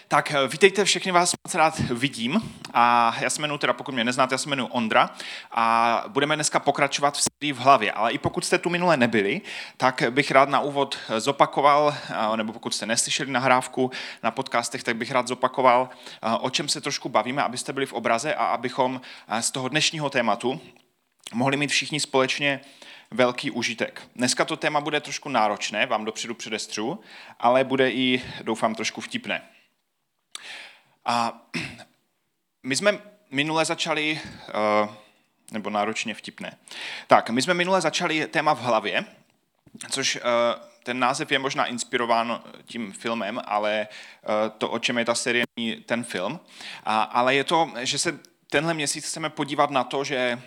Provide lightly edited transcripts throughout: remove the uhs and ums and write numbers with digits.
Tak vítejte, všechny vás moc rád vidím a já se jmenuji, teda pokud mě neznáte, já se jmenuji Ondra a budeme dneska pokračovat v sérii v hlavě, ale i pokud jste tu minule nebyli, tak bych rád na úvod zopakoval, nebo pokud jste neslyšeli nahrávku na podcastech, tak bych rád zopakoval, o čem se trošku bavíme, abyste byli v obraze a abychom z toho dnešního tématu mohli mít všichni společně velký užitek. Dneska to téma bude trošku náročné, vám dopředu předestřu, ale bude i, doufám, trošku vtipné. A my jsme minule začali, nebo náročně vtipné. Tak, my jsme minule začali téma v hlavě, což ten název je možná inspirován tím filmem, ale to, o čem je ta série, není ten film. Ale je to, že se tenhle měsíc chceme podívat na to, že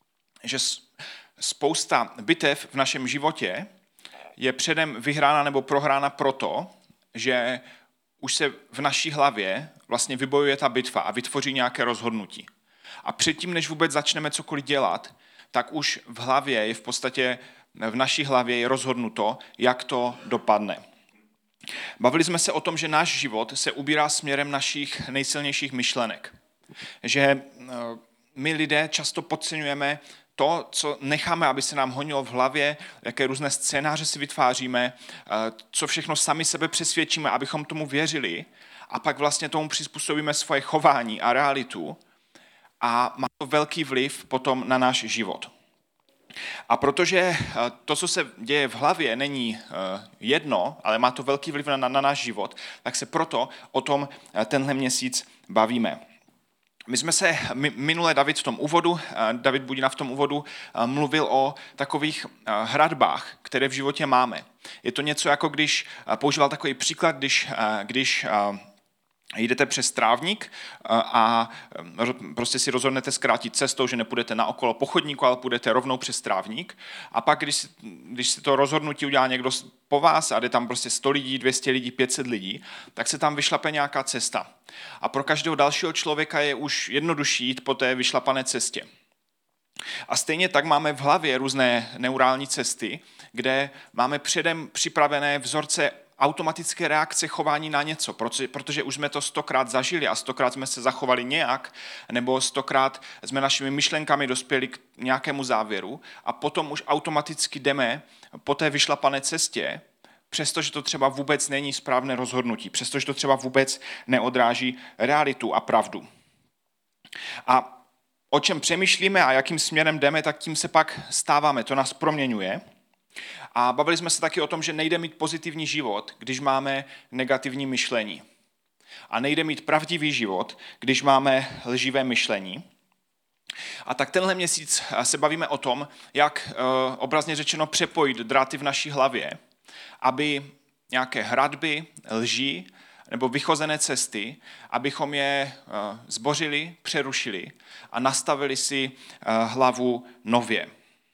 spousta bitev v našem životě je předem vyhrána nebo prohrána proto, že už se v naší hlavě vlastně vybojuje ta bitva a vytvoří nějaké rozhodnutí. A předtím, než vůbec začneme cokoliv dělat, tak už v hlavě je v podstatě, v naší hlavě je rozhodnuto, jak to dopadne. Bavili jsme se o tom, že náš život se ubírá směrem našich nejsilnějších myšlenek. Že my lidé často podceňujeme to, co necháme, aby se nám honilo v hlavě, jaké různé scénáře si vytváříme, co všechno sami sebe přesvědčíme, abychom tomu věřili a pak vlastně tomu přizpůsobíme svoje chování a realitu a má to velký vliv potom na náš život. A protože to, co se děje v hlavě, není jedno, ale má to velký vliv na náš život, tak se proto o tom tenhle měsíc bavíme. My jsme se minule David Budina v tom úvodu mluvil o takových hradbách, které v životě máme. Je to něco jako když, používal takový příklad, když jdete přes trávník a prostě si rozhodnete zkrátit cestou, že nepůjdete naokolo po chodníku, ale půjdete rovnou přes trávník. A pak, když si to rozhodnutí udělá někdo po vás a jde tam prostě 100 lidí, 200 lidí, 500 lidí, tak se tam vyšlape nějaká cesta. A pro každého dalšího člověka je už jednodušší jít po té vyšlapané cestě. A stejně tak máme v hlavě různé neurální cesty, kde máme předem připravené vzorce automatické reakce chování na něco, protože už jsme to 100krát zažili a 100krát jsme se zachovali nějak, nebo 100krát jsme našimi myšlenkami dospěli k nějakému závěru a potom už automaticky jdeme po té vyšlapané cestě, přestože to třeba vůbec není správné rozhodnutí, přestože to třeba vůbec neodráží realitu a pravdu. A o čem přemýšlíme a jakým směrem jdeme, tak tím se pak stáváme, to nás proměňuje. A bavili jsme se taky o tom, že nejde mít pozitivní život, když máme negativní myšlení. A nejde mít pravdivý život, když máme lživé myšlení. A tak tenhle měsíc se bavíme o tom, jak obrazně řečeno přepojit dráty v naší hlavě, aby nějaké hradby, lži nebo vychozené cesty, abychom je zbořili, přerušili a nastavili si hlavu nově.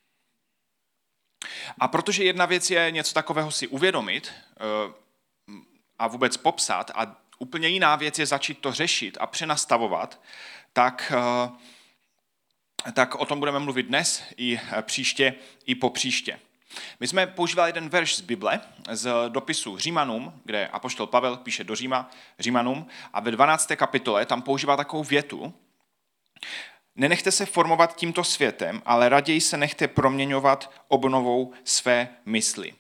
A protože jedna věc je něco takového si uvědomit a vůbec popsat a úplně jiná věc je začít to řešit a přenastavovat, tak o tom budeme mluvit dnes i příště, i popříště. My jsme používali jeden verš z Bible, z dopisu Římanům, kde apoštol Pavel píše do Římanům a ve 12. kapitole tam používá takovou větu: Nenechte se formovat tímto světem, ale raději se nechte proměňovat obnovou své mysli.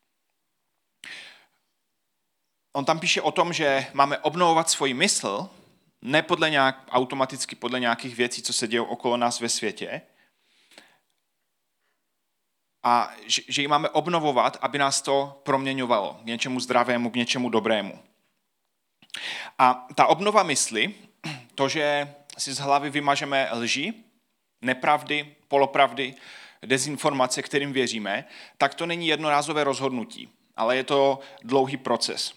On tam píše o tom, že máme obnovovat svoji mysl, ne automaticky podle nějakých věcí, co se dějí okolo nás ve světě, a že ji máme obnovovat, aby nás to proměňovalo k něčemu zdravému, k něčemu dobrému. A ta obnova mysli, to, že si z hlavy vymažeme lži, nepravdy, polopravdy, dezinformace, kterým věříme, tak to není jednorázové rozhodnutí, ale je to dlouhý proces.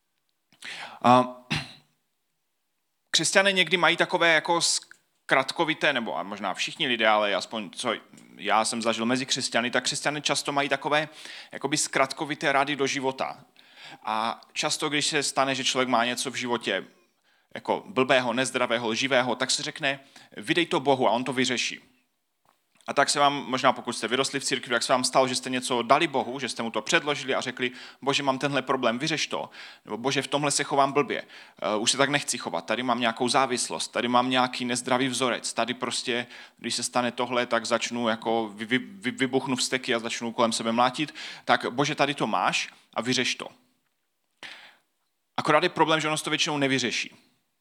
Křesťané někdy mají takové jako zkratkovité, nebo možná všichni lidé, ale aspoň co já jsem zažil mezi křesťany, tak křesťané často mají takové jakoby zkratkovité rady do života. A často, když se stane, že člověk má něco v životě jako blbého, nezdravého, lživého, tak se řekne, vydej to Bohu a on to vyřeší. A tak se vám, možná pokud jste vyrostli v církvi, tak se vám stalo, že jste něco dali Bohu, že jste mu to předložili a řekli, Bože, mám tenhle problém, vyřeš to. Nebo Bože, v tomhle se chovám blbě, už se tak nechci chovat, tady mám nějakou závislost, tady mám nějaký nezdravý vzorec, tady prostě, když se stane tohle, tak začnu jako vybuchnu vzteky a začnu kolem sebe mlátit, tak Bože, tady to máš a vyřeš to. Akorát je problém, že ono to většinou nevyřeší.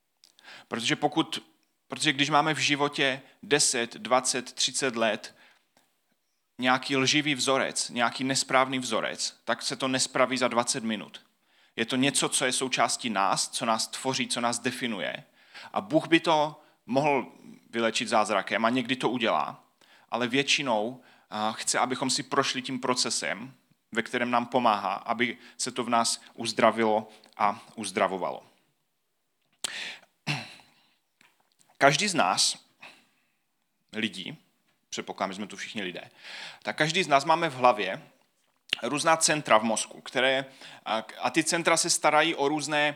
Protože když máme v životě 10, 20, 30 let nějaký lživý vzorec, nějaký nesprávný vzorec, tak se to nespraví za 20 minut. Je to něco, co je součástí nás, co nás tvoří, co nás definuje. A Bůh by to mohl vylečit zázrakem a někdy to udělá, ale většinou chce, abychom si prošli tím procesem, ve kterém nám pomáhá, aby se to v nás uzdravilo a uzdravovalo. Každý z nás, lidí, předpokládám, že jsme tu všichni lidé, tak každý z nás máme v hlavě různá centra v mozku, a ty centra se starají o různé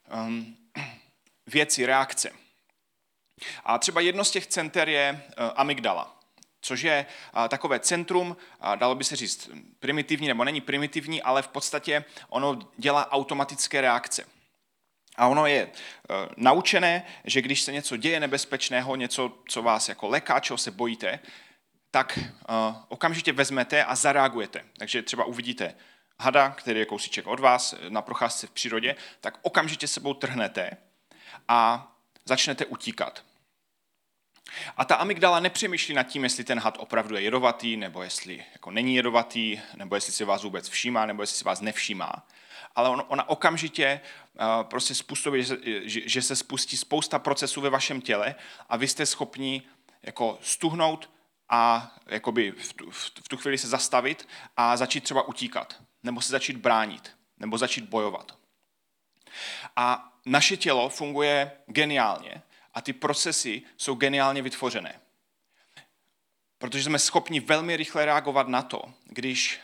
věci, reakce. A třeba jedno z těch center je amygdala, což je takové centrum, dalo by se říct primitivní, nebo není primitivní, ale v podstatě ono dělá automatické reakce. A ono je naučené, že když se něco děje nebezpečného, něco, co vás jako leká, čeho se bojíte, tak okamžitě vezmete a zareagujete. Takže třeba uvidíte hada, který je kousíček od vás na procházce v přírodě, tak okamžitě sebou trhnete a začnete utíkat. A ta amygdala nepřemýšlí nad tím, jestli ten had opravdu je jedovatý, nebo jestli jako není jedovatý, nebo jestli si vás vůbec všímá, nebo jestli si vás nevšímá. Ale ona okamžitě prostě způsobí, že se spustí spousta procesů ve vašem těle a vy jste schopni jako stuhnout a jakoby v tu chvíli se zastavit a začít třeba utíkat, nebo se začít bránit, nebo začít bojovat. A naše tělo funguje geniálně a ty procesy jsou geniálně vytvořené. Protože jsme schopni velmi rychle reagovat na to, když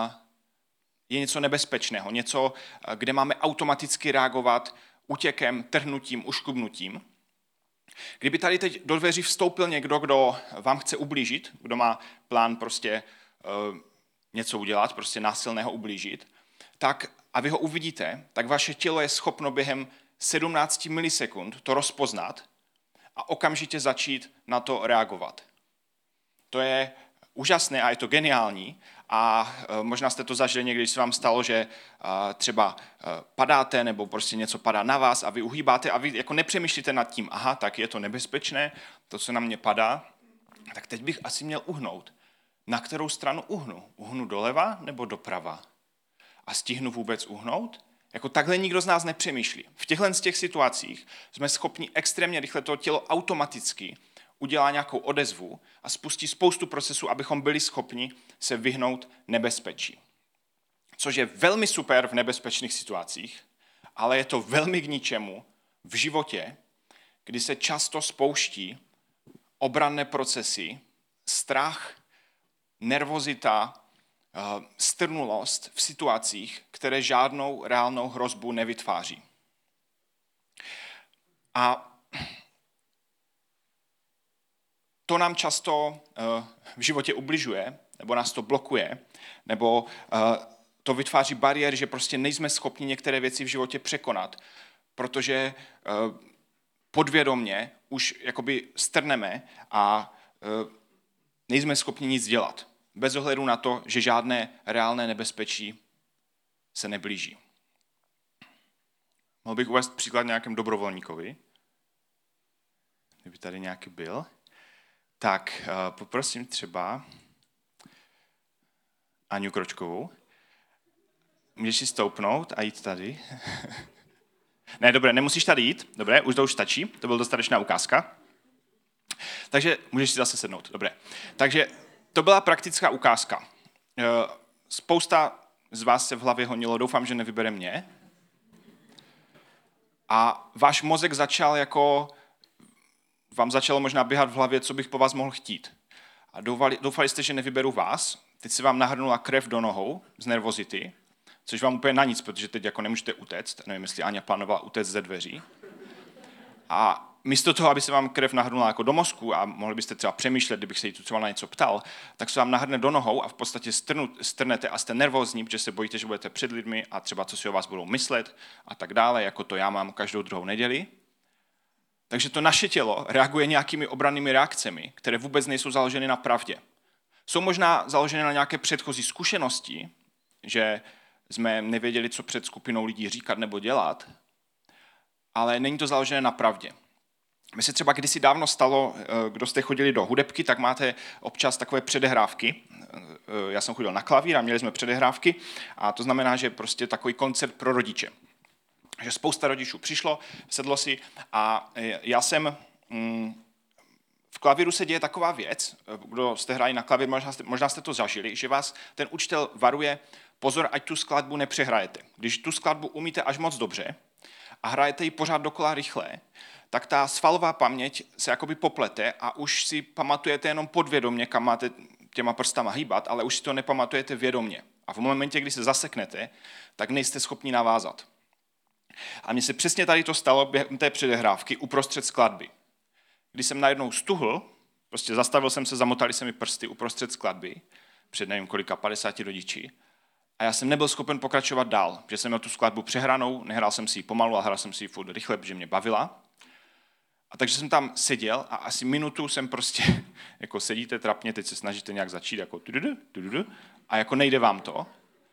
je něco nebezpečného, něco, kde máme automaticky reagovat útěkem, trhnutím, uškubnutím. Kdyby tady teď do dveří vstoupil někdo, kdo vám chce ublížit, kdo má plán prostě něco udělat, prostě násilného ublížit, tak a vy ho uvidíte, tak vaše tělo je schopno během 17 milisekund to rozpoznat a okamžitě začít na to reagovat. To je úžasné a je to geniální a možná jste to zažili někdy, když se vám stalo, že třeba padáte nebo prostě něco padá na vás a vy uhýbáte a vy jako nepřemýšlíte nad tím, aha, tak je to nebezpečné, to, co na mě padá, tak teď bych asi měl uhnout. Na kterou stranu uhnu? Uhnu doleva nebo doprava? A stihnu vůbec uhnout? Jako takhle nikdo z nás nepřemýšlí. V těchto z těch situacích jsme schopni extrémně rychle to tělo automaticky udělá nějakou odezvu a spustí spoustu procesů, abychom byli schopni se vyhnout nebezpečí. Což je velmi super v nebezpečných situacích, ale je to velmi k ničemu v životě, kdy se často spouští obranné procesy, strach, nervozita, strnulost v situacích, které žádnou reálnou hrozbu nevytváří. A to nám často v životě ubližuje, nebo nás to blokuje, nebo to vytváří bariéry, že prostě nejsme schopni některé věci v životě překonat, protože podvědomě už jakoby strneme a nejsme schopni nic dělat. Bez ohledu na to, že žádné reálné nebezpečí se neblíží. Mohl bych uvést příklad nějakém dobrovolníkovi, kdyby tady nějaký byl. Tak poprosím třeba Aňu Kročkovou. Můžeš si stoupnout a jít tady. Ne, dobré, nemusíš tady jít. Dobré, už to už stačí. To byla dostatečná ukázka. Takže můžeš si zase sednout. Dobré. Takže to byla praktická ukázka. Spousta z vás se v hlavě honilo, doufám, že nevybere mě. A váš mozek vám začalo možná běhat v hlavě, co bych po vás mohl chtít. A doufali jste, že nevyberu vás. Teď se vám nahrnula krev do nohou z nervozity, což vám úplně na nic, protože teď jako nemůžete utéct. Nevím, jestli Aňa plánovala utéct ze dveří. A místo toho, aby se vám krev nahrnula jako do mozku a mohli byste třeba přemýšlet, kdybych se jí tu třeba na něco ptal, tak se vám nahrne do nohou a v podstatě strnete a jste nervózní, protože se bojíte, že budete před lidmi a třeba co si o vás budou myslet a tak dále, jako to já mám každou druhou neděli. Takže to naše tělo reaguje nějakými obrannými reakcemi, které vůbec nejsou založeny na pravdě. Jsou možná založeny na nějaké předchozí zkušenosti, že jsme nevěděli, co před skupinou lidí říkat nebo dělat, ale není to založené na pravdě. Mně se třeba kdysi dávno stalo, kdo jste chodili do hudebky, tak máte občas takové předehrávky. Já jsem chodil na klavír a měli jsme předehrávky a to znamená, že prostě takový koncert pro rodiče. Že spousta rodičů přišlo, sedlo si a já jsem... V klavíru se děje taková věc, kdo jste hráli na klavír, možná jste to zažili, že vás ten učitel varuje, pozor, ať tu skladbu nepřehrajete. Když tu skladbu umíte až moc dobře a hrajete ji pořád dokola rychle, tak ta svalová paměť se jakoby poplete a už si pamatujete jenom podvědomě, kam máte těma prstama hýbat, ale už si to nepamatujete vědomě. A v momentě, kdy se zaseknete, tak nejste schopni navázat. A mně se přesně tady to stalo během té předehrávky uprostřed skladby. Když jsem najednou stuhl, prostě zastavil jsem se, zamotali se mi prsty uprostřed skladby, před nevím kolika 50 rodiči, a já jsem nebyl schopen pokračovat dál, protože jsem měl tu skladbu přehranou, nehrál jsem si ji pomalu, ale hrál jsem si ji furt rychle, protože mě bavila. A takže jsem tam seděl a asi minutu jsem prostě, jako sedíte trapně, teď se snažíte nějak začít, jako a jako nejde vám to.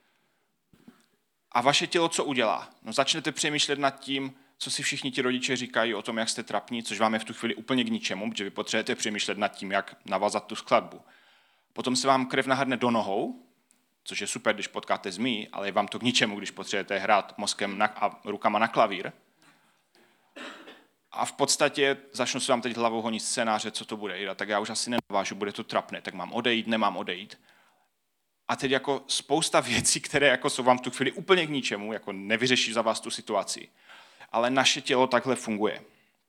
A vaše tělo co udělá? No začnete přemýšlet nad tím, co si všichni ti rodiče říkají o tom, jak jste trapní, což vám je v tu chvíli úplně k ničemu, protože vy potřebujete přemýšlet nad tím, jak navázat tu skladbu. Potom se vám krev nahrne do nohou, což je super, když potkáte zmí, ale je vám to k ničemu, když potřebujete hrát mozkem a rukama na klavír. A v podstatě začnu se vám teď hlavou honit scénáře, co to bude. A tak já už asi nenavážu, bude to trapné, tak mám odejít, nemám odejít. A teď jako spousta věcí, které jako jsou vám v tu chvíli úplně k ničemu, jako nevyřeší za vás tu situaci. Ale naše tělo takhle funguje.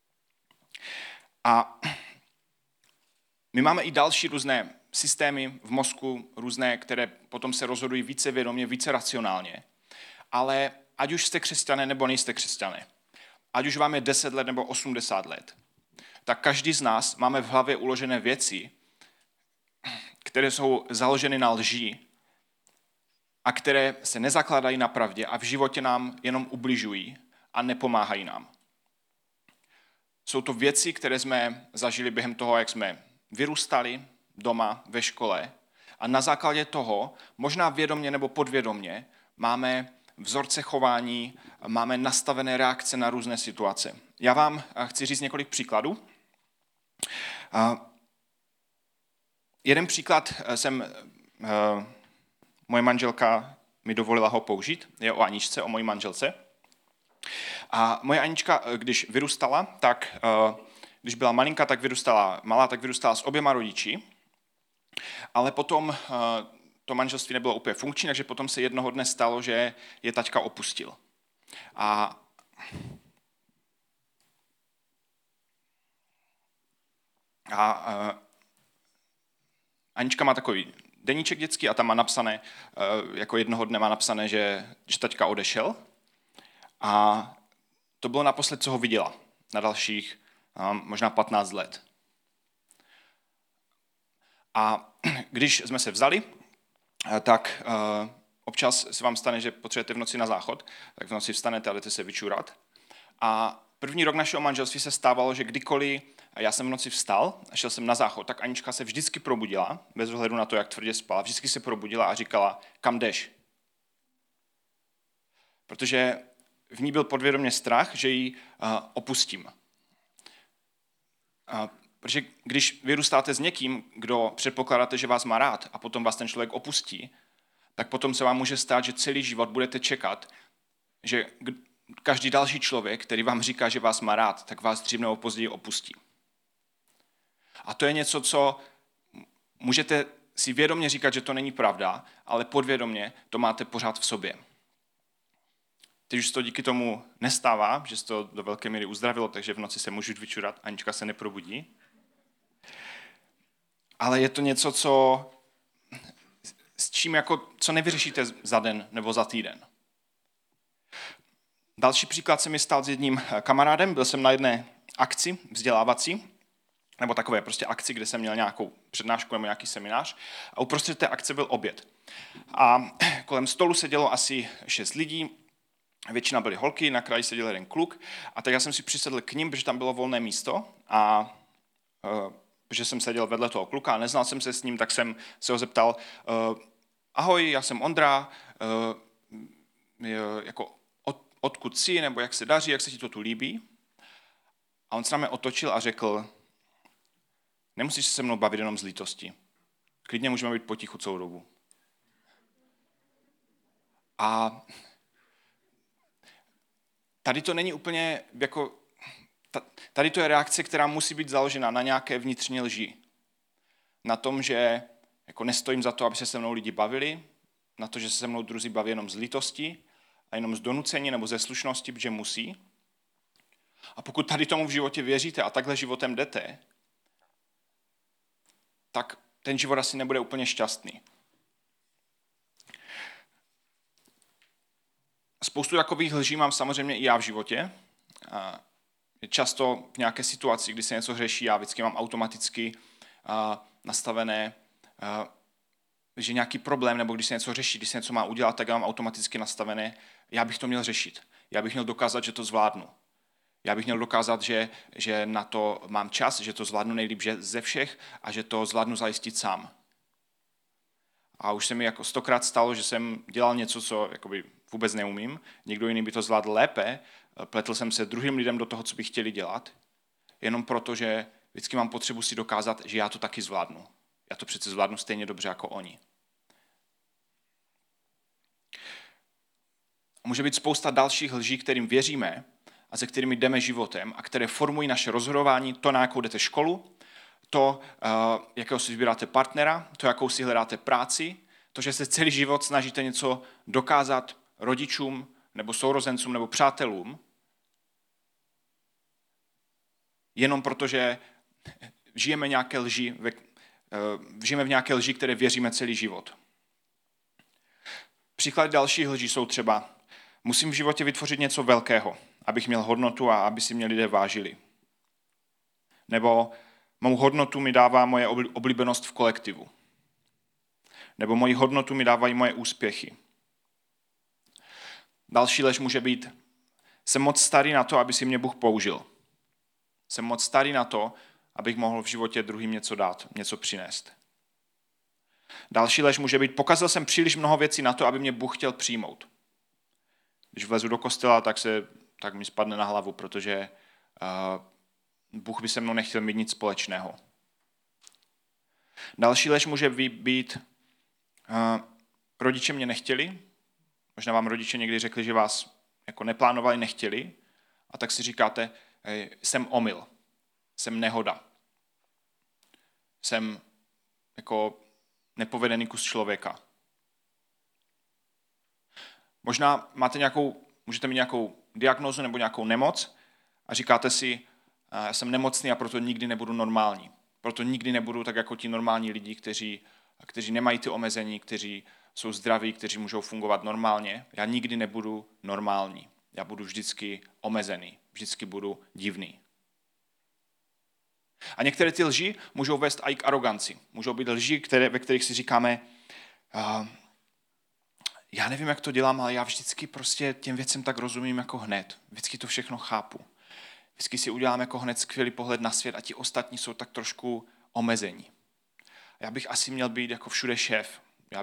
A my máme i další různé systémy v mozku, různé, které potom se rozhodují více vědomě, více racionálně. Ale ať už jste křesťané nebo nejste křesťané, ať už vám je 10 let nebo 80 let, tak každý z nás máme v hlavě uložené věci, které jsou založeny na lži a které se nezakládají na pravdě a v životě nám jenom ubližují a nepomáhají nám. Jsou to věci, které jsme zažili během toho, jak jsme vyrůstali doma, ve škole a na základě toho, možná vědomě nebo podvědomě, máme vzorce chování, máme nastavené reakce na různé situace. Já vám chci říct několik příkladů. Jeden příklad moje manželka mi dovolila ho použít, je o Aničce, o mojí manželce. A moje Anička, když vyrůstala, tak když byla malinka, tak vyrůstala s oběma rodiči, ale potom to manželství nebylo úplně funkční, takže potom se jednoho dne stalo, že je taťka opustil. A Anička má takový deníček dětský a tam má napsané, jako jednoho dne má napsané, že taťka odešel. A to bylo naposled, co ho viděla na dalších možná 15 let. A když jsme se vzali, tak občas se vám stane, že potřebujete v noci na záchod, tak v noci vstanete a jdete se vyčurat. A první rok našeho manželství se stávalo, že kdykoliv já jsem v noci vstal a šel jsem na záchod, tak Anička se vždycky probudila, bez ohledu na to, jak tvrdě spala, vždycky se probudila a říkala, kam jdeš? Protože v ní byl podvědomě strach, že ji opustím. Protože když vyrůstáte s někým, kdo předpokládáte, že vás má rád a potom vás ten člověk opustí, tak potom se vám může stát, že celý život budete čekat, že každý další člověk, který vám říká, že vás má rád, tak vás dřív nebo později opustí. A to je něco, co můžete si vědomě říkat, že to není pravda, ale podvědomě to máte pořád v sobě. Teď už to díky tomu nestává, že se to do velké míry uzdravilo, takže v noci se můžu vyčurat, Anička se neprobudí. Ale je to něco, s čím co nevyřešíte za den nebo za týden. Další příklad se mi stal s jedním kamarádem. Byl jsem na jedné akci vzdělávací, nebo takové prostě akci, kde jsem měl nějakou přednášku nebo nějaký seminář a uprostřed té akce byl oběd. A kolem stolu sedělo asi 6 lidí, většina byly holky, na kraji seděl jeden kluk a tak já jsem si přisedl k ním, protože tam bylo volné místo a protože jsem seděl vedle toho kluka a neznal jsem se s ním, tak jsem se ho zeptal, ahoj, já jsem Ondra, jako odkud jsi, nebo jak se daří, jak se ti to tu líbí. A on se na mě otočil a řekl, nemusíš se mnou bavit jenom z lítosti. Klidně můžeme být potichu celou dobu. A tady to není úplně jako, tady to je reakce, která musí být založena na nějaké vnitřní lži. Na tom, že jako nestojím za to, aby se mnou lidi bavili, na to, že se mnou druzí baví jenom z lítosti a jenom z donucení nebo ze slušnosti, protože musí. A pokud tady tomu v životě věříte a takhle životem jdete, tak ten život asi nebude úplně šťastný. Spoustu takových lží mám samozřejmě i já v životě. Často v nějaké situaci, kdy se něco řeší, já vždycky mám automaticky nastavené, že nějaký problém, nebo když se něco řeší, když se něco má udělat, tak já mám automaticky nastavené, já bych to měl řešit. Já bych měl dokázat, že to zvládnu. Já bych měl dokázat, že na to mám čas, že to zvládnu nejlíp ze všech a že to zvládnu zajistit sám. A už se mi jako 100krát stalo, že jsem dělal něco, co jakoby vůbec neumím, někdo jiný by to zvládl lépe, pletl jsem se druhým lidem do toho, co by chtěli dělat, jenom proto, že vždycky mám potřebu si dokázat, že já to taky zvládnu. Já to přece zvládnu stejně dobře jako oni. Může být spousta dalších lží, kterým věříme a se kterými jdeme životem a které formují naše rozhodování, to, na jakou jdete školu, to, jakého si vybíráte partnera, to, jakou si hledáte práci, to, že se celý život snažíte něco dokázat rodičům nebo sourozencům nebo přátelům, jenom protože žijeme v nějaké lži, které věříme celý život. Příklady dalších lží jsou třeba, musím v životě vytvořit něco velkého, abych měl hodnotu a aby si mě lidé vážili. Nebo mou hodnotu mi dává moje oblíbenost v kolektivu. Nebo moji hodnotu mi dávají moje úspěchy. Další lež může být, jsem moc starý na to, aby si mě Bůh použil. Jsem moc starý na to, abych mohl v životě druhým něco dát, něco přinést. Další lež může být, pokazil jsem příliš mnoho věcí na to, aby mě Bůh chtěl přijmout. Když vlezu do kostela, tak mi spadne na hlavu, protože Bůh by se mnou nechtěl mít nic společného. Další lež může být, rodiče mě nechtěli, možná vám rodiče někdy řekli, že vás jako neplánovali, nechtěli, a tak si říkáte, jsem omyl, jsem nehoda, jsem jako nepovedený kus člověka. Možná můžete mít nějakou diagnózu nebo nějakou nemoc a říkáte si, já jsem nemocný a proto nikdy nebudu normální. Proto nikdy nebudu tak jako ti normální lidi, kteří nemají ty omezení, kteří jsou zdraví, kteří můžou fungovat normálně. Já nikdy nebudu normální. Já budu vždycky omezený. Vždycky budu divný. A některé ty lži můžou vést i k aroganci. Můžou být lži, ve kterých si říkáme, já nevím, jak to dělám, ale já vždycky prostě těm věcem tak rozumím jako hned. Vždycky to všechno chápu. Vždycky si udělám jako hned skvělý pohled na svět a ti ostatní jsou tak trošku omezení. Já bych asi měl být jako všude šéf.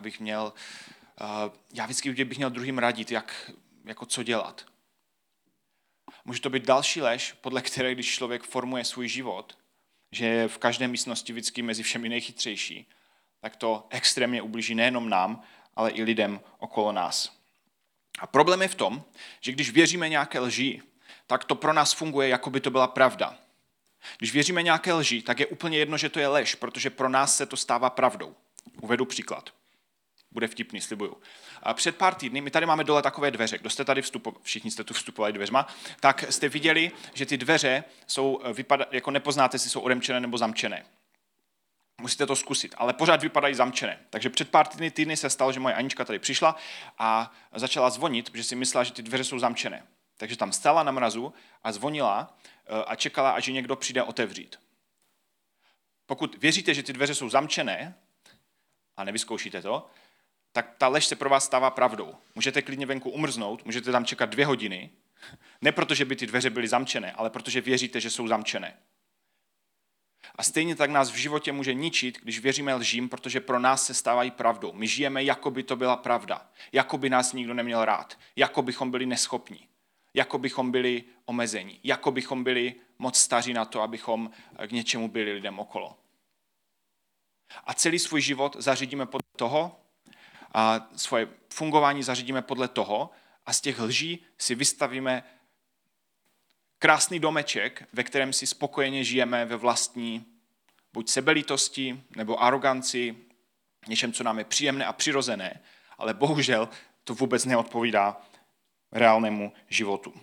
Já vždycky bych měl druhým radit, jako co dělat. Může to být další lež, podle které, když člověk formuje svůj život, že je v každé místnosti vždycky mezi všemi nejchytřejší, tak to extrémně ublíží nejenom nám, ale i lidem okolo nás. A problém je v tom, že když věříme nějaké lži, tak to pro nás funguje, jako by to byla pravda. Když věříme nějaké lži, tak je úplně jedno, že to je lež, protože pro nás se to stává pravdou. Uvedu příklad. Bude vtipný, slibuju. A před pár týdny, my tady máme dole takové dveře. Kdo jste tady všichni jste tu vstupovali dveřma, tak jste viděli, že ty dveře jako nepoznáte, jestli jsou odemčené nebo zamčené. Musíte to zkusit, ale pořád vypadají zamčené. Takže před pár týdny se stalo, že moje Anička tady přišla a začala zvonit, protože si myslela, že ty dveře jsou zamčené. Takže tam stála na mrazu a zvonila a čekala, až ji někdo přijde otevřít. Pokud věříte, že ty dveře jsou zamčené a nevyzkoušíte to, tak ta lež se pro vás stává pravdou. Můžete klidně venku umrznout, můžete tam čekat 2 hodiny, ne protože by ty dveře byly zamčené, ale protože věříte, že jsou zamčené. A stejně tak nás v životě může ničit, když věříme lžím, protože pro nás se stávají pravdou. My žijeme, jako by to byla pravda. Jako by nás nikdo neměl rád. Jako bychom byli neschopní. Jako bychom byli omezení. Jako bychom byli moc staří na to, abychom k něčemu byli lidem okolo. A celý svůj život zařídíme podle toho, a svoje fungování zařídíme podle toho a z těch lží si vystavíme krásný domeček, ve kterém si spokojeně žijeme ve vlastní buď sebelítosti nebo aroganci, něčem, co nám je příjemné a přirozené, ale bohužel to vůbec neodpovídá reálnému životu.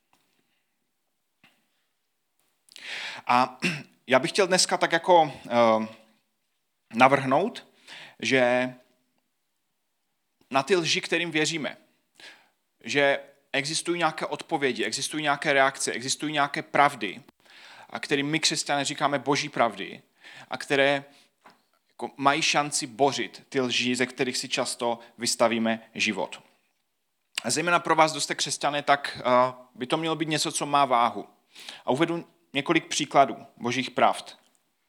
A já bych chtěl dneska tak jako navrhnout, že na ty lži, kterým věříme, že existují nějaké odpovědi, existují nějaké reakce, existují nějaké pravdy, a kterým my křesťané říkáme boží pravdy, a které jako mají šanci bořit ty lži, ze kterých si často vystavíme život. A zejména pro vás, kdo jste křesťané, tak by to mělo být něco, co má váhu. A uvedu několik příkladů božích pravd.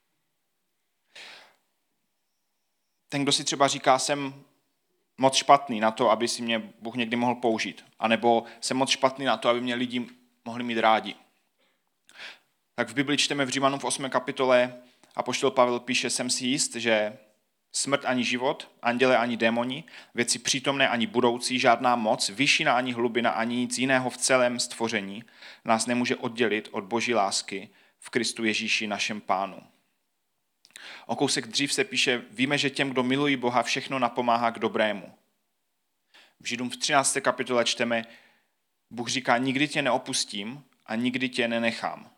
Ten, kdo si třeba říká, jsem moc špatný na to, aby si mě Bůh někdy mohl použít. A nebo jsem moc špatný na to, aby mě lidi mohli mít rádi. Tak v Bibli čteme v Římanům v 8. kapitole apoštol Pavel píše, jsem si jist, že smrt ani život, anděle ani démoni, věci přítomné ani budoucí, žádná moc, výšina ani hlubina, ani nic jiného v celém stvoření nás nemůže oddělit od boží lásky v Kristu Ježíši našem Pánu. O kousek dřív se píše, víme, že těm, kdo milují Boha, všechno napomáhá k dobrému. V Židům v 13. kapitole čteme, Bůh říká, nikdy tě neopustím a nikdy tě nenechám.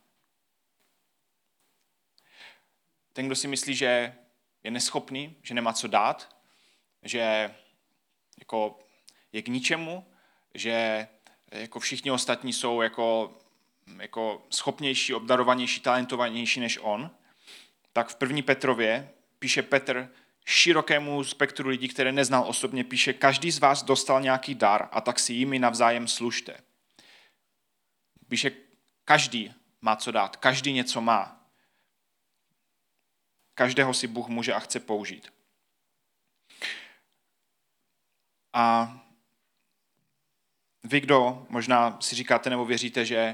Ten, kdo si myslí, že je neschopný, že nemá co dát, že jako je k ničemu, že jako všichni ostatní jsou jako schopnější, obdarovanější, talentovanější než on, tak v 1. Petrově píše Petr širokému spektru lidí, které neznal osobně, píše, každý z vás dostal nějaký dar a tak si jimi navzájem služte. Píše, každý má co dát, každý něco má. Každého si Bůh může a chce použít. A vy, kdo možná si říkáte nebo věříte, že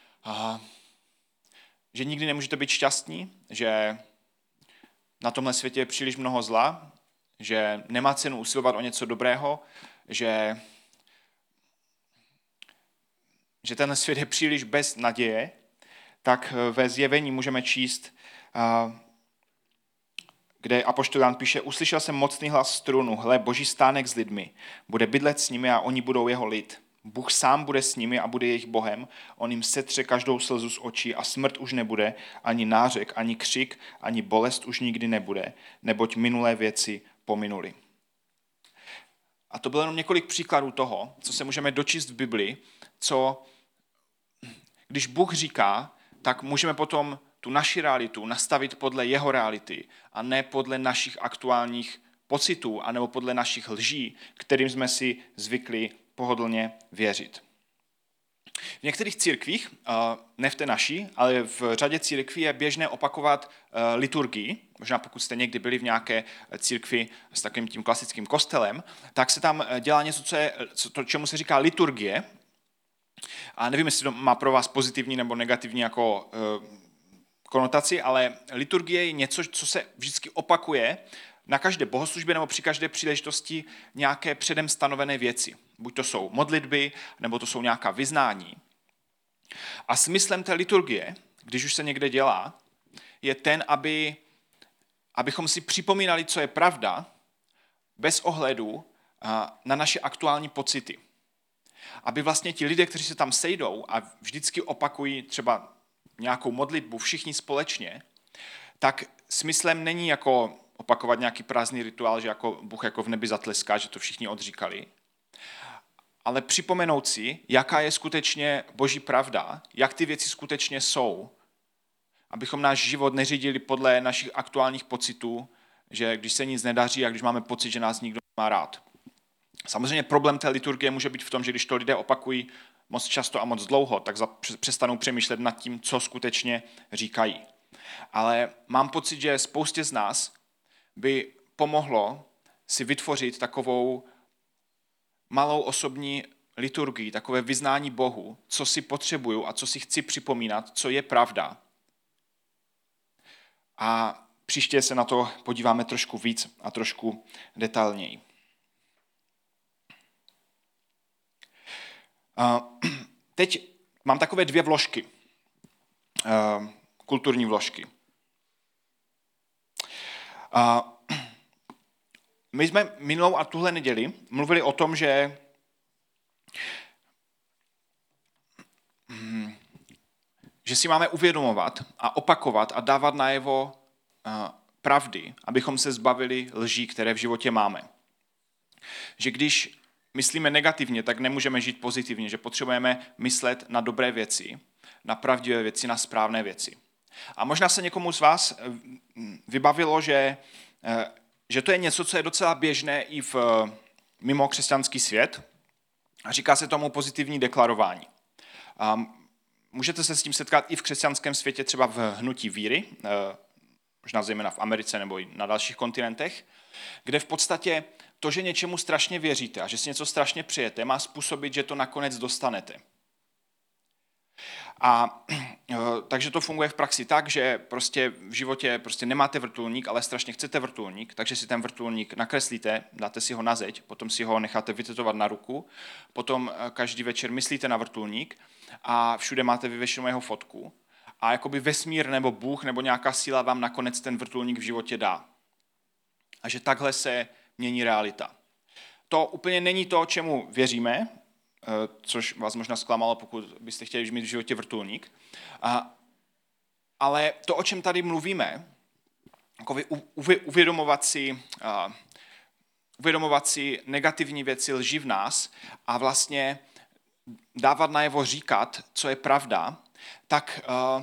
nikdy nemůžete být šťastní, že na tomhle světě je příliš mnoho zla, že nemá cenu usilovat o něco dobrého, že tenhle svět je příliš bez naděje, tak ve Zjevení můžeme číst, kde apoštol Jan píše, uslyšel jsem mocný hlas z trůnu, hle, Boží stánek s lidmi, bude bydlet s nimi a oni budou jeho lid. Bůh sám bude s nimi a bude jejich Bohem, on jim setře každou slzu z očí a smrt už nebude, ani nářek, ani křik, ani bolest už nikdy nebude, neboť minulé věci pominuly. A to bylo jenom několik příkladů toho, co se můžeme dočíst v Bibli, co když Bůh říká, tak můžeme potom tu naši realitu nastavit podle jeho reality a ne podle našich aktuálních pocitů anebo podle našich lží, kterým jsme si zvykli pohodlně věřit. V některých církvích, ne v té naší, ale v řadě církví je běžné opakovat liturgii. Možná pokud jste někdy byli v nějaké církvi s takovým tím klasickým kostelem, tak se tam dělá něco, čemu se říká liturgie. A nevím, jestli to má pro vás pozitivní nebo negativní jako konotaci, ale liturgie je něco, co se vždycky opakuje na každé bohoslužbě nebo při každé příležitosti nějaké předem stanovené věci. Buď to jsou modlitby, nebo to jsou nějaká vyznání. A smyslem té liturgie, když už se někde dělá, je ten, abychom si připomínali, co je pravda, bez ohledu na naše aktuální pocity. Aby vlastně ti lidé, kteří se tam sejdou a vždycky opakují třeba nějakou modlitbu všichni společně, tak smyslem není jako opakovat nějaký prázdný rituál, že jako Bůh jako v nebi zatleská, že to všichni odříkali. ale připomenout si, jaká je skutečně Boží pravda, jak ty věci skutečně jsou, abychom náš život neřídili podle našich aktuálních pocitů, že když se nic nedaří a když máme pocit, že nás nikdo nemá rád. Samozřejmě problém té liturgie může být v tom, že když to lidé opakují moc často a moc dlouho, tak přestanou přemýšlet nad tím, co skutečně říkají. Ale mám pocit, že spoustě z nás by pomohlo si vytvořit takovou malou osobní liturgii, takové vyznání Bohu, co si potřebuju a co si chci připomínat, co je pravda. A příště se na to podíváme trošku víc a trošku detailněji. Teď mám takové 2 vložky, kulturní vložky. My jsme minulou a tuhle neděli mluvili o tom, že si máme uvědomovat a opakovat a dávat najevo pravdy, abychom se zbavili lží, které v životě máme. Že když myslíme negativně, tak nemůžeme žít pozitivně, že potřebujeme myslet na dobré věci, na pravdivé věci, na správné věci. A možná se někomu z vás vybavilo, že to je něco, co je docela běžné i mimo křesťanský svět. A říká se tomu pozitivní deklarování. Můžete se s tím setkat i v křesťanském světě, třeba v hnutí víry, možná zejména v Americe nebo i na dalších kontinentech, kde v podstatě to, že něčemu strašně věříte a že si něco strašně přejete, má způsobit, že to nakonec dostanete. A takže to funguje v praxi tak, že prostě v životě prostě nemáte vrtulník, ale strašně chcete vrtulník, takže si ten vrtulník nakreslíte, dáte si ho na zeď, potom si ho necháte vytetovat na ruku, potom každý večer myslíte na vrtulník a všude máte vyvěšenou jeho fotku a jakoby vesmír nebo Bůh nebo nějaká síla vám nakonec ten vrtulník v životě dá. A že takhle se mění realita. To úplně není to, čemu věříme, což vás možná zklamalo, pokud byste chtěli mít v životě vrtulník. Ale to, o čem tady mluvíme, uvědomovat si negativní věci, lži v nás a vlastně dávat najevo říkat, co je pravda, tak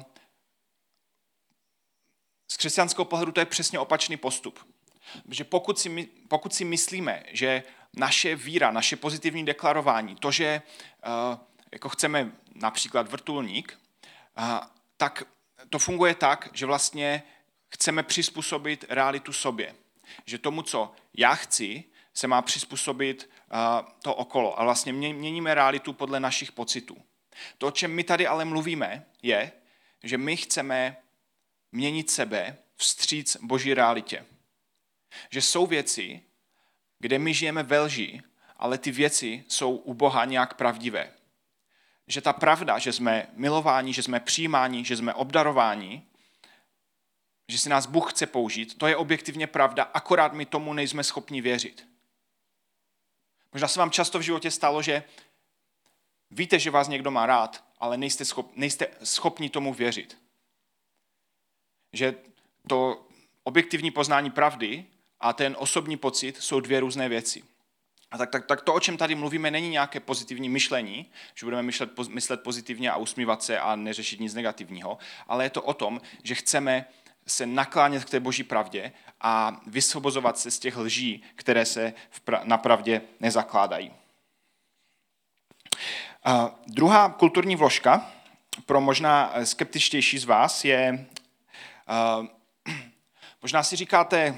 z křesťanského pohledu to je přesně opačný postup. Protože pokud si myslíme, že naše víra, naše pozitivní deklarování, to, že jako chceme například vrtulník, tak to funguje tak, že vlastně chceme přizpůsobit realitu sobě. Že tomu, co já chci, se má přizpůsobit to okolo. A vlastně měníme realitu podle našich pocitů. To, o čem my tady ale mluvíme, je, že my chceme měnit sebe vstříc Boží realitě. Že jsou věci, kde my žijeme ve lži, ale ty věci jsou u Boha nějak pravdivé. Že ta pravda, že jsme milováni, že jsme přijímáni, že jsme obdarováni, že si nás Bůh chce použít, to je objektivně pravda, akorát my tomu nejsme schopni věřit. Možná se vám často v životě stalo, že víte, že vás někdo má rád, ale nejste schopni tomu věřit. Že to objektivní poznání pravdy a ten osobní pocit jsou 2 různé věci. A tak to, o čem tady mluvíme, není nějaké pozitivní myšlení, že budeme myslet pozitivně a usmívat se a neřešit nic negativního, ale je to o tom, že chceme se naklánět k té Boží pravdě a vysvobozovat se z těch lží, které se na pravdě nezakládají. Druhá kulturní vložka pro možná skeptičtější z vás je, možná si říkáte,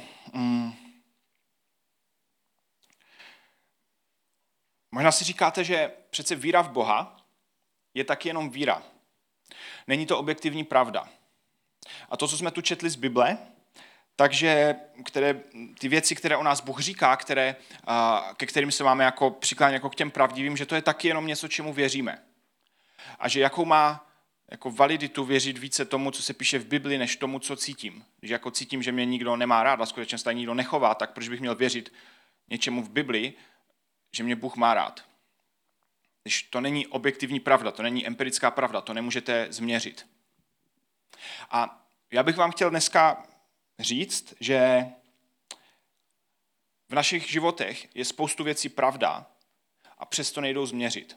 že přece víra v Boha je taky jenom víra. Není to objektivní pravda. A to, co jsme tu četli z Bible, takže ty věci, které o nás Bůh říká, ke kterým se máme jako přiklánět jako k těm pravdivým, že to je taky jenom něco, čemu věříme. A že jakou má jako validitu věřit více tomu, co se píše v Bibli, než tomu, co cítím. Když jako cítím, že mě nikdo nemá rád a skutečně se tady nikdo nechová, tak proč bych měl věřit něčemu v Bibli, že mě Bůh má rád. Když to není objektivní pravda, to není empirická pravda, to nemůžete změřit. A já bych vám chtěl dneska říct, že v našich životech je spoustu věcí pravda a přesto nejdou změřit.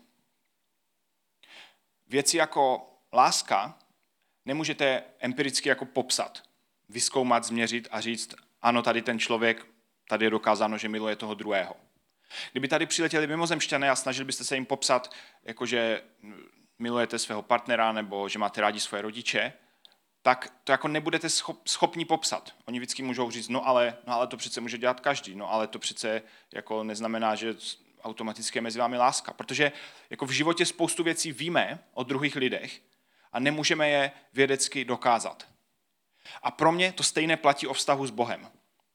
Věci jako láska nemůžete empiricky jako popsat, vyzkoumat, změřit a říct, ano, tady ten člověk, tady je dokázáno, že miluje toho druhého. Kdyby tady přiletěli mimozemšťané a snažili byste se jim popsat, jakože milujete svého partnera nebo že máte rádi svoje rodiče, tak to jako nebudete schopni popsat. Oni vždycky můžou říct, no ale to přece může dělat každý, no ale to přece jako neznamená, že automaticky je mezi vámi láska. Protože jako v životě spoustu věcí víme o druhých lidech a nemůžeme je vědecky dokázat. A pro mě to stejné platí o vztahu s Bohem.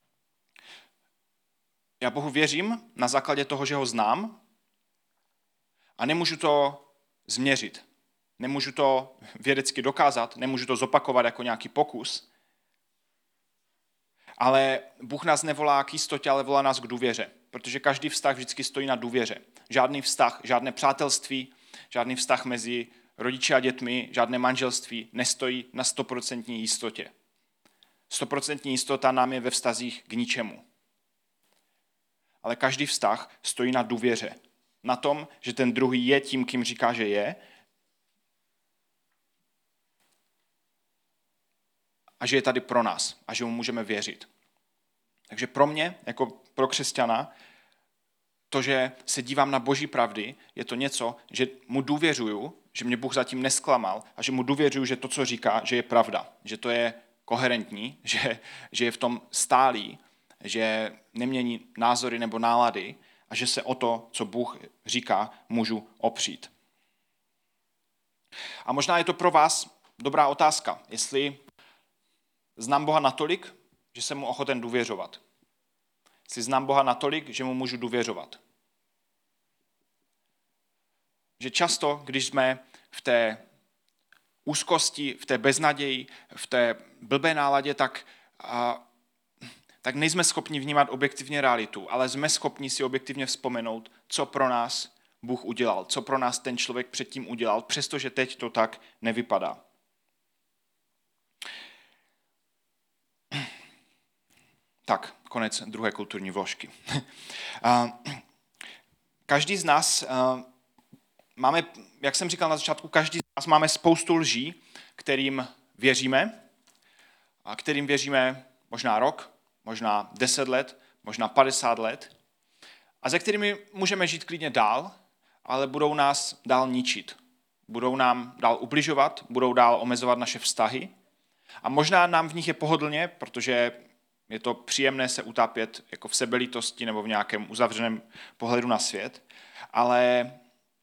Já Bohu věřím na základě toho, že ho znám a nemůžu to změřit. Nemůžu to vědecky dokázat, nemůžu to zopakovat jako nějaký pokus, ale Bůh nás nevolá k jistotě, ale volá nás k důvěře, protože každý vztah vždycky stojí na důvěře. Žádný vztah, žádné přátelství, žádný vztah mezi rodiči a dětmi, žádné manželství nestojí na 100% jistotě. 100% jistota nám je ve vztazích k ničemu. Ale každý vztah stojí na důvěře. Na tom, že ten druhý je tím, kým říká, že je, a že je tady pro nás a že mu můžeme věřit. Takže pro mě, jako pro křesťana, to, že se dívám na Boží pravdy, je to něco, že mu důvěřuju, že mě Bůh zatím nesklamal a že mu důvěřuju, že to, co říká, že je pravda, že to je koherentní, že je v tom stálý, že nemění názory nebo nálady a že se o to, co Bůh říká, můžu opřít. A možná je to pro vás dobrá otázka, jestli znám Boha natolik, že jsem mu ochoten důvěřovat. Jestli znám Boha natolik, že mu můžu důvěřovat. Že často, když jsme v té úzkosti, v té beznaději, v té blbé náladě, tak nejsme schopni vnímat objektivně realitu, ale jsme schopni si objektivně vzpomenout, co pro nás Bůh udělal, co pro nás ten člověk předtím udělal, přestože teď to tak nevypadá. Tak, konec druhé kulturní vložky. Každý z nás máme, jak jsem říkal na začátku, každý z nás máme spoustu lží, kterým věříme, a kterým věříme možná rok, možná 10 let, možná 50 let, a ze kterými můžeme žít klidně dál, ale budou nás dál ničit. Budou nám dál ubližovat, budou dál omezovat naše vztahy a možná nám v nich je pohodlně, protože je to příjemné se utápět jako v sebelítosti nebo v nějakém uzavřeném pohledu na svět, ale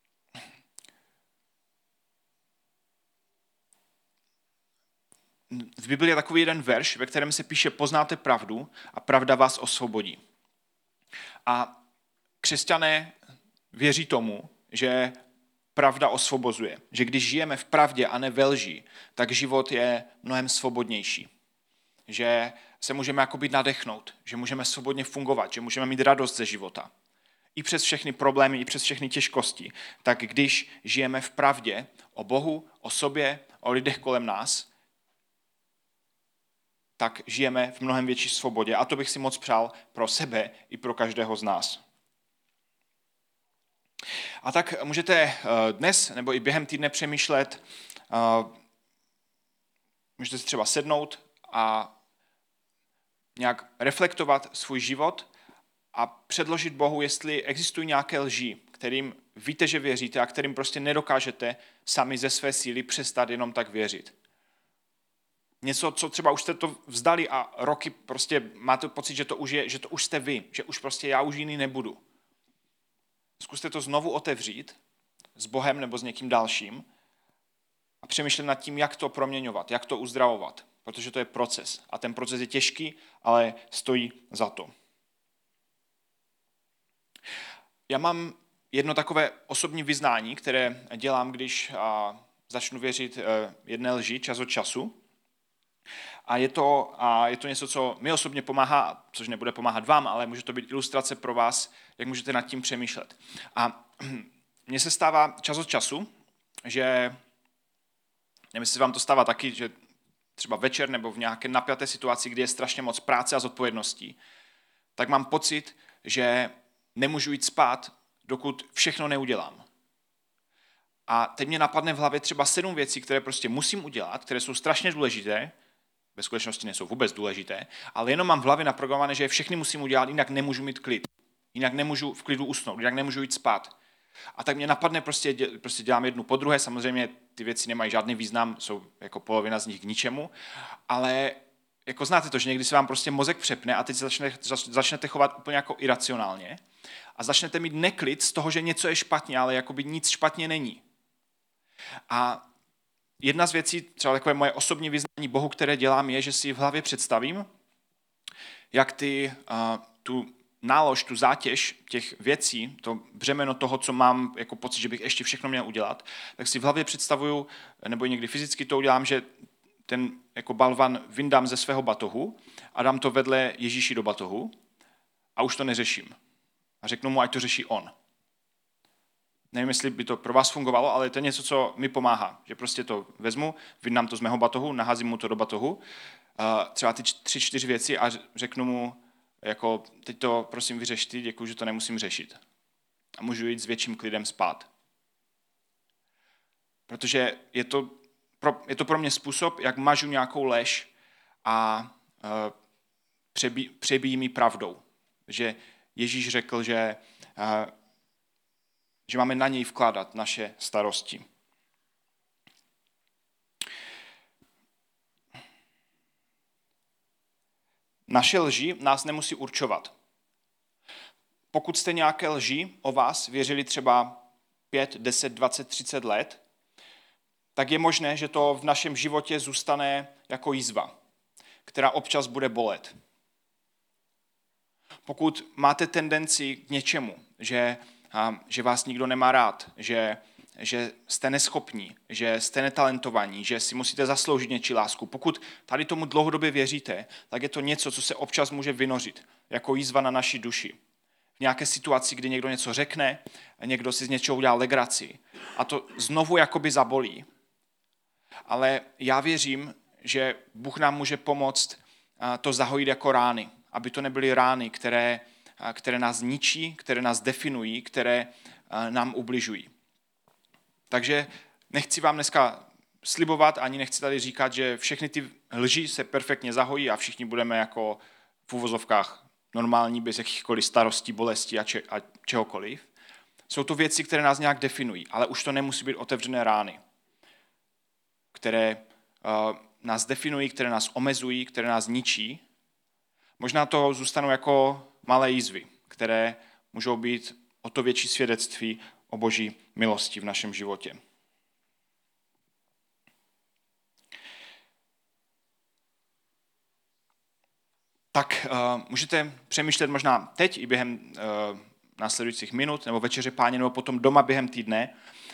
v Biblii je takový jeden verš, ve kterém se píše, poznáte pravdu a pravda vás osvobodí. A křesťané věří tomu, že pravda osvobozuje. Že když žijeme v pravdě a ne ve lži, tak život je mnohem svobodnější. Že se můžeme jakoby nadechnout, že můžeme svobodně fungovat, že můžeme mít radost ze života. I přes všechny problémy, i přes všechny těžkosti. Tak když žijeme v pravdě o Bohu, o sobě, o lidech kolem nás, tak žijeme v mnohem větší svobodě. A to bych si moc přál pro sebe i pro každého z nás. A tak můžete dnes nebo i během týdne přemýšlet, můžete si třeba sednout a nějak reflektovat svůj život a předložit Bohu, jestli existují nějaké lži, kterým víte, že věříte a kterým prostě nedokážete sami ze své síly přestat jenom tak věřit. Něco, co třeba už jste to vzdali a roky prostě máte pocit, že to už jste vy, že už prostě já už jiný nebudu. Zkuste to znovu otevřít s Bohem nebo s někým dalším a přemýšlet nad tím, jak to proměňovat, jak to uzdravovat, protože to je proces a ten proces je těžký, ale stojí za to. Já mám jedno takové osobní vyznání, které dělám, když začnu věřit jedné lži čas od času. A je to něco, co mi osobně pomáhá, což nebude pomáhat vám, ale může to být ilustrace pro vás, jak můžete nad tím přemýšlet. A mně se stává čas od času, že, nevím, jestli vám to stává taky, že třeba večer nebo v nějaké napjaté situaci, kdy je strašně moc práce a zodpovědností, tak mám pocit, že nemůžu jít spát dokud všechno neudělám. A teď mě napadne v hlavě třeba 7 věcí, které prostě musím udělat, které jsou strašně důležité, ve skutečnosti nejsou vůbec důležité, ale jenom mám v hlavě naprogramované, že je všechny musím udělat, jinak nemůžu mít klid. Jinak nemůžu v klidu usnout, jinak nemůžu jít spát. A tak mě napadne, prostě dělám jednu po druhé, samozřejmě ty věci nemají žádný význam, jsou jako polovina z nich k ničemu, ale jako znáte to, že někdy se vám prostě mozek přepne a teď začnete chovat úplně jako iracionálně a začnete mít neklid z toho, že něco je špatně, ale jakoby nic špatně není. A jedna z věcí, třeba takové moje osobní vyznání Bohu, které dělám, je, že si v hlavě představím, jak tu nálož, tu zátěž těch věcí, to břemeno toho, co mám jako pocit, že bych ještě všechno měl udělat, tak si v hlavě představuju, nebo někdy fyzicky to udělám, že ten jako balvan vyndám ze svého batohu a dám to vedle Ježíši do batohu a už to neřeším. A řeknu mu, ať to řeší on. Nevím, jestli by to pro vás fungovalo, ale to je něco, co mi pomáhá. Že prostě to vezmu, vyndám to z mého batohu, naházím mu to do batohu, třeba ty 3-4 věci a řeknu mu, jako teď to prosím vyřeš ty, děkuji, že to nemusím řešit. A můžu jít s větším klidem spát. Protože je to pro mě způsob, jak mažu nějakou lež a přebíjí mi pravdou. Že Ježíš řekl, že máme na něj vkládat naše starosti. Naše lži nás nemusí určovat. Pokud jste nějaké lži o vás věřili třeba 5, 10, 20, 30 let, tak je možné, že to v našem životě zůstane jako jizva, která občas bude bolet. Pokud máte tendenci k něčemu, že vás nikdo nemá rád, že jste neschopní, že jste netalentovaní, že si musíte zasloužit něčí lásku. Pokud tady tomu dlouhodobě věříte, tak je to něco, co se občas může vynořit, jako jízva na naší duši. V nějaké situaci, kdy někdo něco řekne, někdo si z něčeho udělá legraci a to znovu jakoby zabolí. Ale já věřím, že Bůh nám může pomoct to zahojit jako rány, aby to nebyly rány, které nás ničí, které nás definují, které nám ubližují. Takže nechci vám dneska slibovat, ani nechci tady říkat, že všechny ty lži se perfektně zahojí a všichni budeme jako v uvozovkách normální, bez jakýchkoliv starostí, bolestí a čehokoliv. Jsou to věci, které nás nějak definují, ale už to nemusí být otevřené rány, které nás definují, které nás omezují, které nás ničí. Možná to zůstanou jako malé jizvy, které můžou být o to větší svědectví o Boží milosti v našem životě. Tak můžete přemýšlet možná teď i během následujících minut, nebo večeře Páně, nebo potom doma během týdne,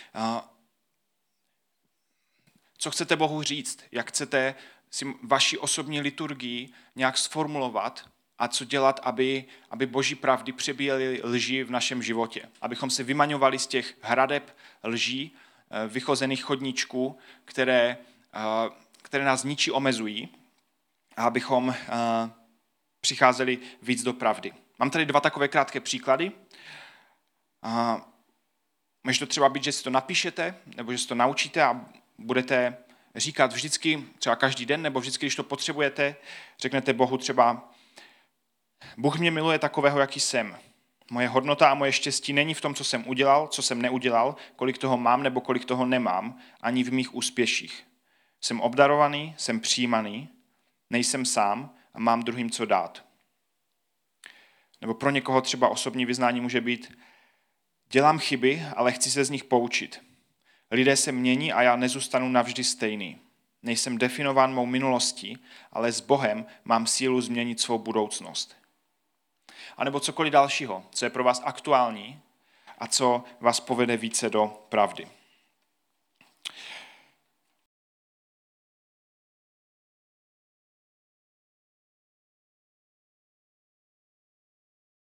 co chcete Bohu říct, jak chcete si vaši osobní liturgii nějak sformulovat a co dělat, aby Boží pravdy přebíjely lži v našem životě. Abychom se vymaňovali z těch hradeb lží, vychozených chodníčků, které nás ničí, omezují, a abychom přicházeli víc do pravdy. Mám tady 2 takové krátké příklady. Může to třeba být, že si to napíšete, nebo že si to naučíte a budete říkat vždycky, třeba každý den, nebo vždycky, když to potřebujete, řeknete Bohu třeba: Bůh mě miluje takového, jaký jsem. Moje hodnota a moje štěstí není v tom, co jsem udělal, co jsem neudělal, kolik toho mám nebo kolik toho nemám, ani v mých úspěších. Jsem obdarovaný, jsem přijímaný, nejsem sám a mám druhým co dát. Nebo pro někoho třeba osobní vyznání může být: dělám chyby, ale chci se z nich poučit. Lidé se mění a já nezůstanu navždy stejný. Nejsem definován mou minulostí, ale s Bohem mám sílu změnit svou budoucnost. A nebo cokoliv dalšího, co je pro vás aktuální a co vás povede více do pravdy.